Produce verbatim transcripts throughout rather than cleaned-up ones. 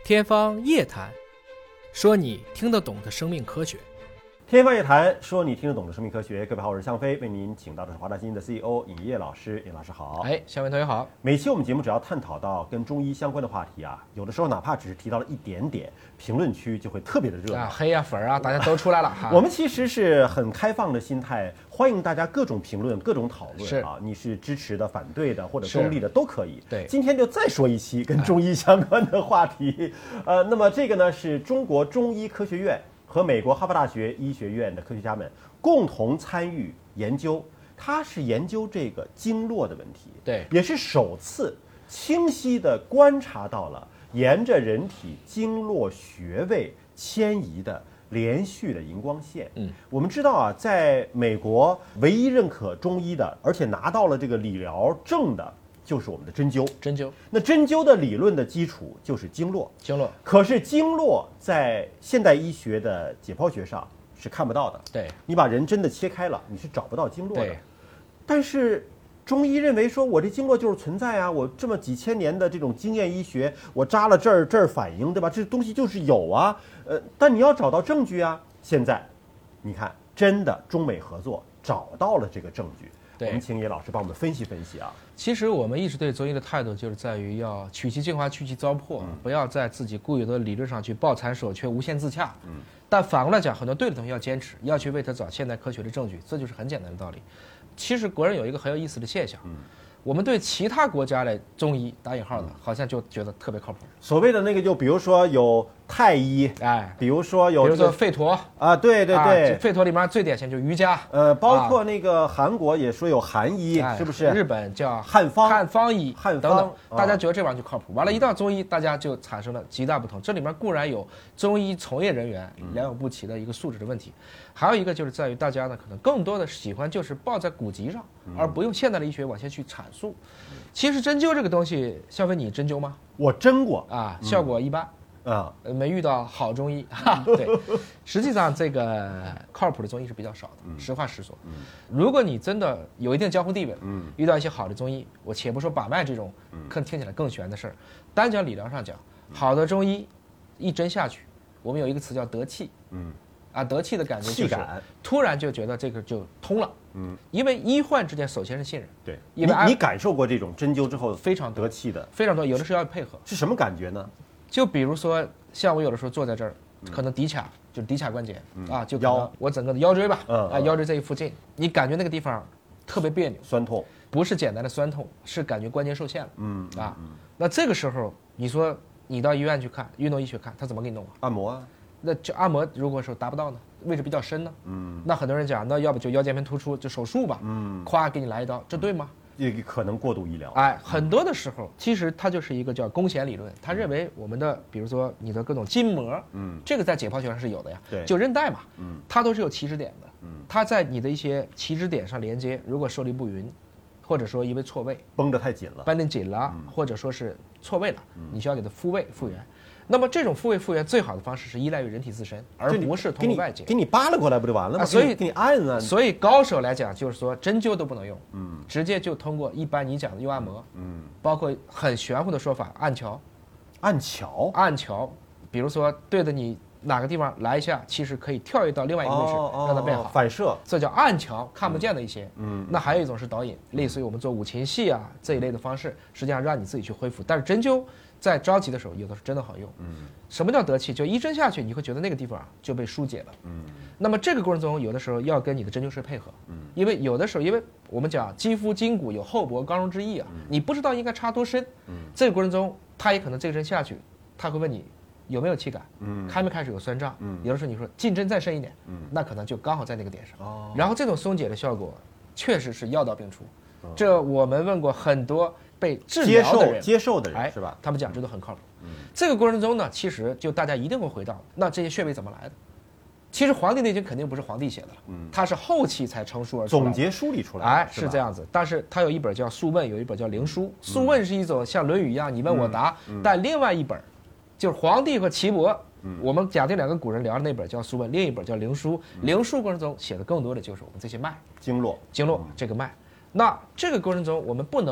天方夜谭，说你听得懂的生命科学。 天方夜谭，说你听得懂的生命科学。各位好，我是向飞，为您请到的是华大基因的 C E O 尹烨老师。尹老师好。 哎，向飞同学好。 每期我们节目只要探讨到跟中医相关的话题啊，有的时候哪怕只是提到了一点点，评论区就会特别的热闹， 啊，黑啊粉啊，大家都出来了。 我们其实是很开放的心态，欢迎大家各种评论、各种讨论啊。你是支持的、反对的或者中立的都可以。 对， 今天就再说一期跟中医相关的话题。呃，那么这个呢是中国中医科学院和美国哈佛大学医学院的科学家们共同参与研究，它是研究这个经络的问题， 对， 也是首次清晰地观察到了沿着人体经络穴位迁移的连续的荧光线。 嗯， 我们知道啊，在美国唯一认可中医的，而且拿到了这个理疗证的，就是我们的针灸。 针灸， 那针灸的理论的基础就是经络。 经络， 可是经络在现代医学的解剖学上是看不到的。 对， 你把人真的切开了，你是找不到经络的。 对， 但是中医认为说，我这经络就是存在啊，我这么几千年的这种经验医学，我扎了这儿这儿反应，对吧？这东西就是有啊。呃，但你要找到证据啊。现在，你看，真的中美合作找到了这个证据。我们请叶老师帮我们分析分析啊。 其实我们一直对中医的态度就是在于要取其精华，去其糟粕，嗯、不要在自己固有的理论上去抱残守缺、无限自洽。嗯。但反过来讲，很多对的东西要坚持，要去为它找现代科学的证据，这就是很简单的道理。其实国人有一个很有意思的现象，嗯，我们对其他国家的中医打引号的，好像就觉得特别靠谱。 所谓的那个，就比如说有太医，哎，比如说有、 这个，比如说吠陀啊，对对对， 啊、吠陀里面最典型就是瑜伽， 呃，包括那个韩国也说有韩医， 啊、 是不是？ 日本叫汉方， 汉方医， 汉方等等，大家觉得这玩意儿就靠谱。完了，一到中医，大家就产生了极大不同。这里面固然有中医从业人员良莠不齐的一个素质的问题，还有一个就是在于大家呢，可能更多的喜欢就是抱在古籍上，而不用现代的医学往下去阐述。其实针灸这个东西，向飞你针灸吗？ 我针过啊，效果一般。 啊、 嗯，没遇到好中医哈。对，实际上这个靠谱的中医是比较少的，嗯、实话实说。嗯、如果你真的有一定江湖地位，嗯，遇到一些好的中医，我且不说把脉这种，更听起来更玄的事儿，单讲理疗上讲，好的中医一针下去，我们有一个词叫得气，嗯，啊，得气的感觉就是突然就觉得这个就通了，嗯，因为医患之间首先是信任， 对，因为你感受过这种针灸之后非常得气的， 非常多，有的时候要配合， 是什么感觉呢？ 就比如说，像我有的时候坐在这儿，可能骶髂就是骶髂关节、嗯、啊，就腰，我整个的腰椎吧，嗯、啊，腰椎这一附近，你感觉那个地方特别别扭， 酸痛， 不是简单的酸痛，是感觉关节受限了，嗯啊，嗯那这个时候你说你到医院去看，运动医学看，他怎么给你弄啊？ 按摩啊， 那就按摩，如果说达不到呢，位置比较深呢，嗯，那很多人讲，那要不就腰间盘突出，就手术吧，嗯，咵给你来一刀，这对吗？ 也可能过度医疗， 哎，很多的时候，其实它就是一个叫弓弦理论。他认为我们的，比如说你的各种筋膜，嗯，这个在解剖学上是有的呀， 对， 就韧带嘛，嗯，它都是有起止点的，嗯，它在你的一些起止点上连接，如果受力不匀，或者说因为错位， 绷得太紧了， 绷得紧了，嗯、或者说是错位了，嗯、你需要给它复位复原。那么这种复位复原最好的方式是依赖于人体自身，而不是通过外界。 给你扒拉过来不就完了吗？ 啊、所以给你按啊。 所以高手来讲，就是说针灸都不能用，嗯，直接就通过一般你讲的用按摩，嗯，包括很玄乎的说法，按桥， 按桥， 按桥，比如说对着你哪个地方来一下，其实可以跳跃到另外一个位置，哦、让它变好， 反射， 这叫按桥，看不见的一些，嗯，那还有一种是导引，类似于我们做五禽戏啊这一类的方式，实际上让你自己去恢复，但是针灸。在着急的时候，有的时候真的好用。嗯，什么叫得气？就一针下去，你会觉得那个地方就被疏解了。嗯，那么这个过程中，有的时候要跟你的针灸师配合。嗯，因为有的时候，因为我们讲肌肤筋骨有厚薄刚柔之意啊，嗯、你不知道应该插多深。嗯，这个过程中，他也可能这个针下去，他会问你有没有气感，嗯，开没开始有酸胀。嗯，有的时候你说进针再深一点，嗯，那可能就刚好在那个点上。哦，然后这种松解的效果，确实是药到病除。哦、这我们问过很多。被治疗的人， 接受的人、 哎、 是吧？ 他们讲这都很靠谱。嗯，这个过程中呢，其实就大家一定会回到那这些穴位怎么来的？其实《黄帝内经》肯定不是皇帝写的了，嗯，它是后期才成书而出来的， 总结梳理出来的， 哎，是这样子。但是它有一本叫《素问》，有一本叫《灵书》。《素问》是一种像《论语》一样你问我答，嗯嗯、但另外一本就是皇帝和岐伯，嗯、我们假定两个古人聊的那本叫《素问》，另一本叫《灵书》。《灵书》过程中写的更多的就是我们这些脉、 经络、 经络这个脉。那这个过程中，我们不能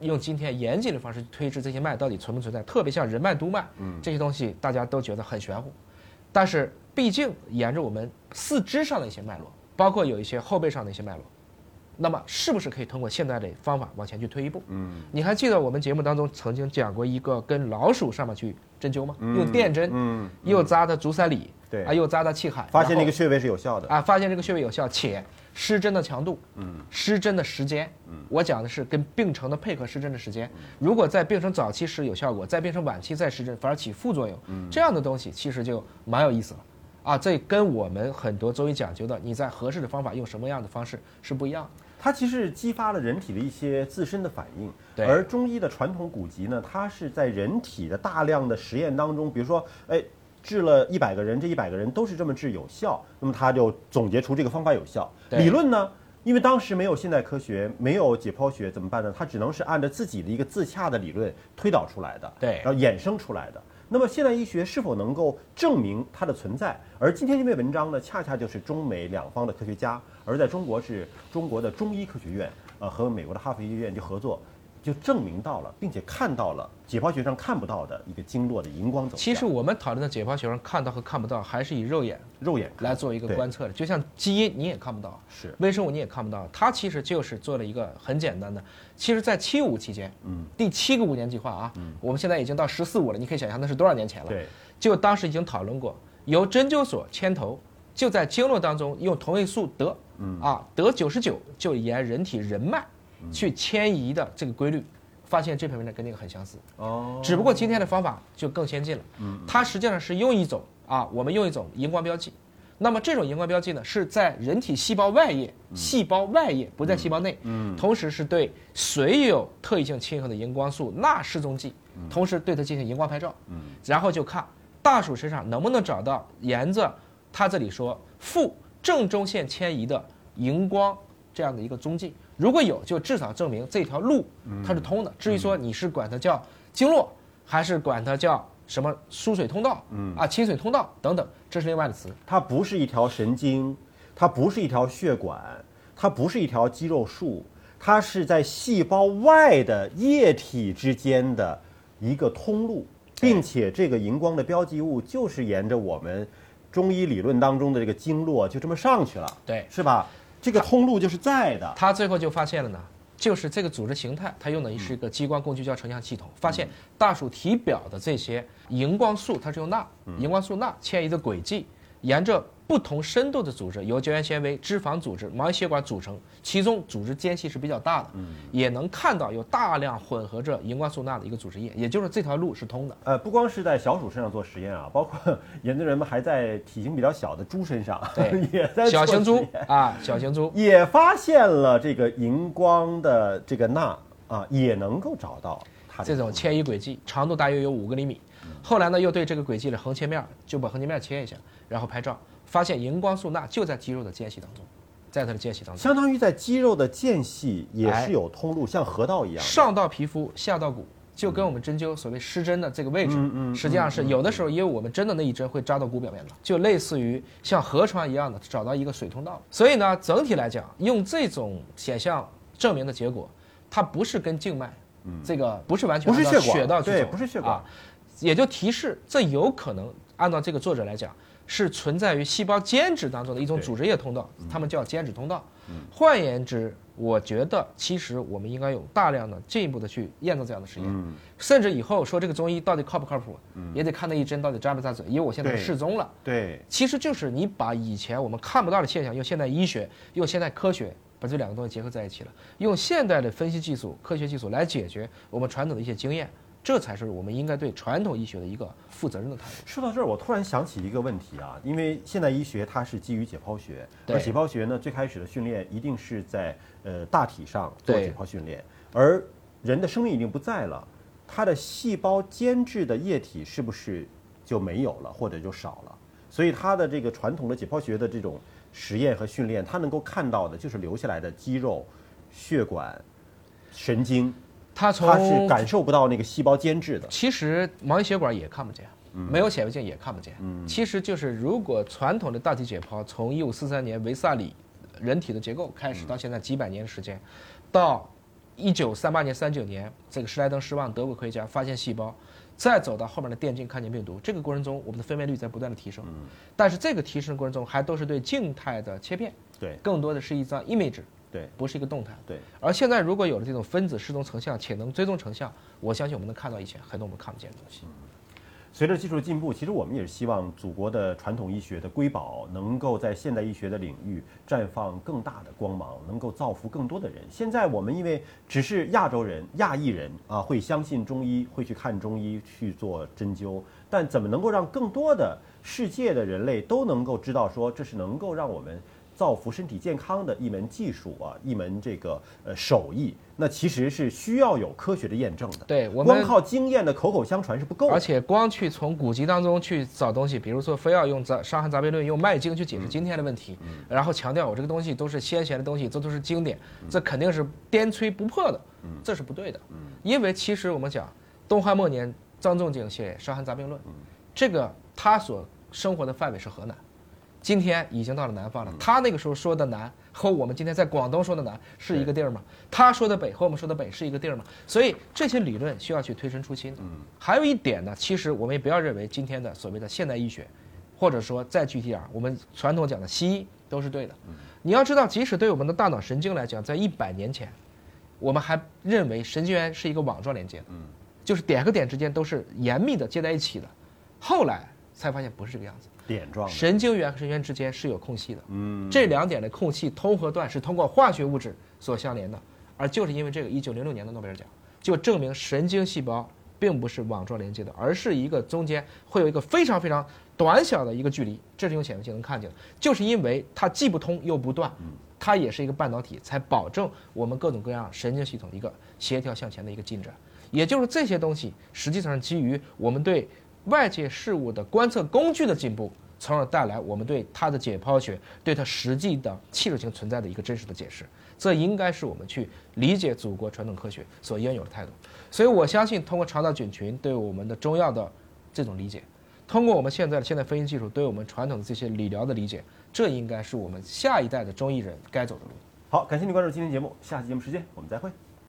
用今天严谨的方式去推知这些脉到底存不存在，特别像人脉督脉，嗯，这些东西大家都觉得很玄乎，但是毕竟沿着我们四肢上的一些脉络，包括有一些后背上的一些脉络，那么是不是可以通过现代的方法往前去推一步？嗯，你还记得我们节目当中曾经讲过一个跟老鼠上面去针灸吗？嗯、用电针，嗯，又扎它足三里， 对啊，又扎它气海， 发现这个穴位是有效的啊，发现这个穴位有效，且施针的强度，嗯，施针的时间，嗯，我讲的是跟病程的配合施针的时间。如果在病程早期施有效果，在病程晚期再施针反而起副作用，嗯，这样的东西其实就蛮有意思了。啊，这跟我们很多中医讲究的，你在合适的方法用什么样的方式是不一样的。 它其实激发了人体的一些自身的反应，而中医的传统古籍呢，它是在人体的大量的实验当中，比如说，哎，治了一百个人，这一百个人都是这么治有效，那么他就总结出这个方法有效。理论呢，因为当时没有现代科学，没有解剖学，怎么办呢？它只能是按照自己的一个自洽的理论推导出来的， 对， 然后衍生出来的。那么现代医学是否能够证明它的存在？而今天这篇文章呢，恰恰就是中美两方的科学家，而在中国是中国的中医科学院，呃，和美国的哈佛医院就合作，就证明到了，并且看到了解剖学上看不到的一个经络的荧光走向。 其实我们讨论的解剖学上看到和看不到，还是以肉眼肉眼来做一个观测的。就像基因你也看不到， 是微生物你也看不到，它其实就是做了一个很简单的。其实，在七五期间，嗯，第七个五年计划啊，嗯，我们现在已经到十四五了，你可以想象那是多少年前了。 对， 就当时已经讨论过，由针灸所牵头，就在经络当中用同位素得，嗯啊得九十九，就沿人体人脉去迁移的这个规律。发现这篇文章跟那个很相似哦，只不过今天的方法就更先进了。嗯，它实际上是用一种啊，我们用一种荧光标记。那么这种荧光标记呢，是在人体细胞外叶，细胞外叶不在细胞内。嗯，同时是对随有特异性亲和的荧光素钠示踪剂，同时对它进行荧光拍照。嗯，然后就看大鼠身上能不能找到沿着它这里说负正中线迁移的荧光这样的一个踪迹。如果有，就至少证明这条路它是通的。至于说你是管它叫经络，还是管它叫什么输水通道，嗯啊清水通道等等，这是另外的词。 它不是一条神经，它不是一条血管，它不是一条肌肉束，它是在细胞外的液体之间的一个通路，并且这个荧光的标记物就是沿着我们中医理论当中的这个经络就这么上去了， 对， 是吧？这个通路就是在的。 他最后就发现了呢，就是这个组织形态，它用的是一个激光工具叫成像系统，发现大鼠体表的这些荧光素，它是用钠，荧光素钠迁移的轨迹，沿着不同深度的组织，由胶原纤维、脂肪组织、毛细血管组成，其中组织间隙是比较大的，也能看到有大量混合着荧光素钠的一个组织液，也就是这条路是通的。 呃，不光是在小鼠身上做实验啊，包括研究人们还在体型比较小的猪身上， 对， 也在小型猪啊，小型猪也发现了这个荧光的这个钠啊，也能够找到它这种迁移轨迹，长度大约有五个厘米。后来呢，又对这个轨迹的横切面就把横切面切一下，然后拍照，发现荧光素钠就在肌肉的间隙当中，在它的间隙当中， 相当于在肌肉的间隙也是有通路，像河道一样， 上到皮肤，下到骨，就跟我们针灸所谓施针的这个位置，实际上是有的时候也有我们针的那一针会扎到骨表面的，就类似于像河床一样的找到一个水通道。所以呢，整体来讲，用这种显象证明的结果，它不是跟静脉，这个不是完全按照血道去走， 对，不是血管。 也就提示，这有可能按照这个作者来讲，是存在于细胞间质当中的一种组织液通道，他们叫间质通道。换言之，我觉得其实我们应该有大量的进一步的去验证这样的实验，嗯、甚至以后说这个中医到底靠不靠谱，嗯、也得看那一针到底扎不扎嘴，因为我现在是适中了。 对， 其实就是你把以前我们看不到的现象，用现代医学、用现代科学把这两个东西结合在一起了，用现代的分析技术、科学技术来解决我们传统的一些经验。这才是我们应该对传统医学的一个负责任的态度。 说到这儿，我突然想起一个问题啊，因为现代医学它是基于解剖学，而解剖学呢，最开始的训练一定是在呃大体上做解剖训练，而人的生命已经不在了，它的细胞间质的液体是不是就没有了，或者就少了？所以它的这个传统的解剖学的这种实验和训练，它能够看到的就是留下来的肌肉、血管、神经。 它从它是感受不到那个细胞间质的。 其实毛细血管也看不见，嗯、没有显微镜也看不见。嗯、其实就是如果传统的大体解剖，从一五四三年维萨里人体的结构开始，到现在几百年的时间，到一九三八年、三九年，这个施莱登施旺德国科学家发现细胞，再走到后面的电镜看见病毒，这个过程中我们的分辨率在不断的提升。嗯，但是这个提升过程中还都是对静态的切片， 对， 更多的是一张 image， 对， 不是一个动态。 对。 而现在如果有了这种分子失踪成像且能追踪成像，我相信我们能看到以前很多我们看不见的东西。 嗯，随着技术的进步，其实我们也是希望祖国的传统医学的瑰宝能够在现代医学的领域绽放更大的光芒，能够造福更多的人。现在我们因为只是亚洲人、亚裔人啊，会相信中医，会去看中医去做针灸，但怎么能够让更多的世界的人类都能够知道说，这是能够让我们造福身体健康的一门技术啊，一门这个呃手艺，那其实是需要有科学的验证的。 对，我们光靠经验的口口相传是不够的。 而且光去从古籍当中去找东西，比如说非要用《杂伤寒杂病论》用脉经去解释今天的问题，嗯嗯、然后强调我这个东西都是先贤的东西，这都是经典，嗯、这肯定是颠吹不破的，嗯、这是不对的。嗯、因为其实我们讲东汉末年张仲景写《伤寒杂病论》，嗯、这个他所生活的范围是河南。今天已经到了南方了，他那个时候说的南和我们今天在广东说的南是一个地儿吗？他说的北和我们说的北是一个地儿吗？所以这些理论需要去推陈出新。嗯，还有一点呢，其实我们也不要认为今天的所谓的现代医学，或者说再具体点，我们传统讲的西医都是对的。你要知道，即使对我们的大脑神经来讲，在一百年前，我们还认为神经元是一个网状连接的，就是点和点之间都是严密的接在一起的，后来才发现不是这个样子。 点状的神经元和神经元之间是有空隙的，嗯，这两点的空隙通和段是通过化学物质所相连的，而就是因为这个，一九零六年的诺贝尔奖就证明神经细胞并不是网状连接的，而是一个中间会有一个非常非常短小的一个距离，这是用显微镜能看见的，就是因为它既不通又不断，它也是一个半导体，才保证我们各种各样神经系统一个协调向前的一个进展。也就是这些东西实际上基于我们对外界事物的观测工具的进步，从而带来我们对它的解剖学、对它实际的器质性存在的一个真实的解释。这应该是我们去理解祖国传统科学所应有的态度。所以我相信，通过肠道菌群对我们的中药的这种理解，通过我们现在的现代分析技术对我们传统的这些理疗的理解，这应该是我们下一代的中医人该走的路。 好，感谢您关注今天节目，下期节目时间我们再会。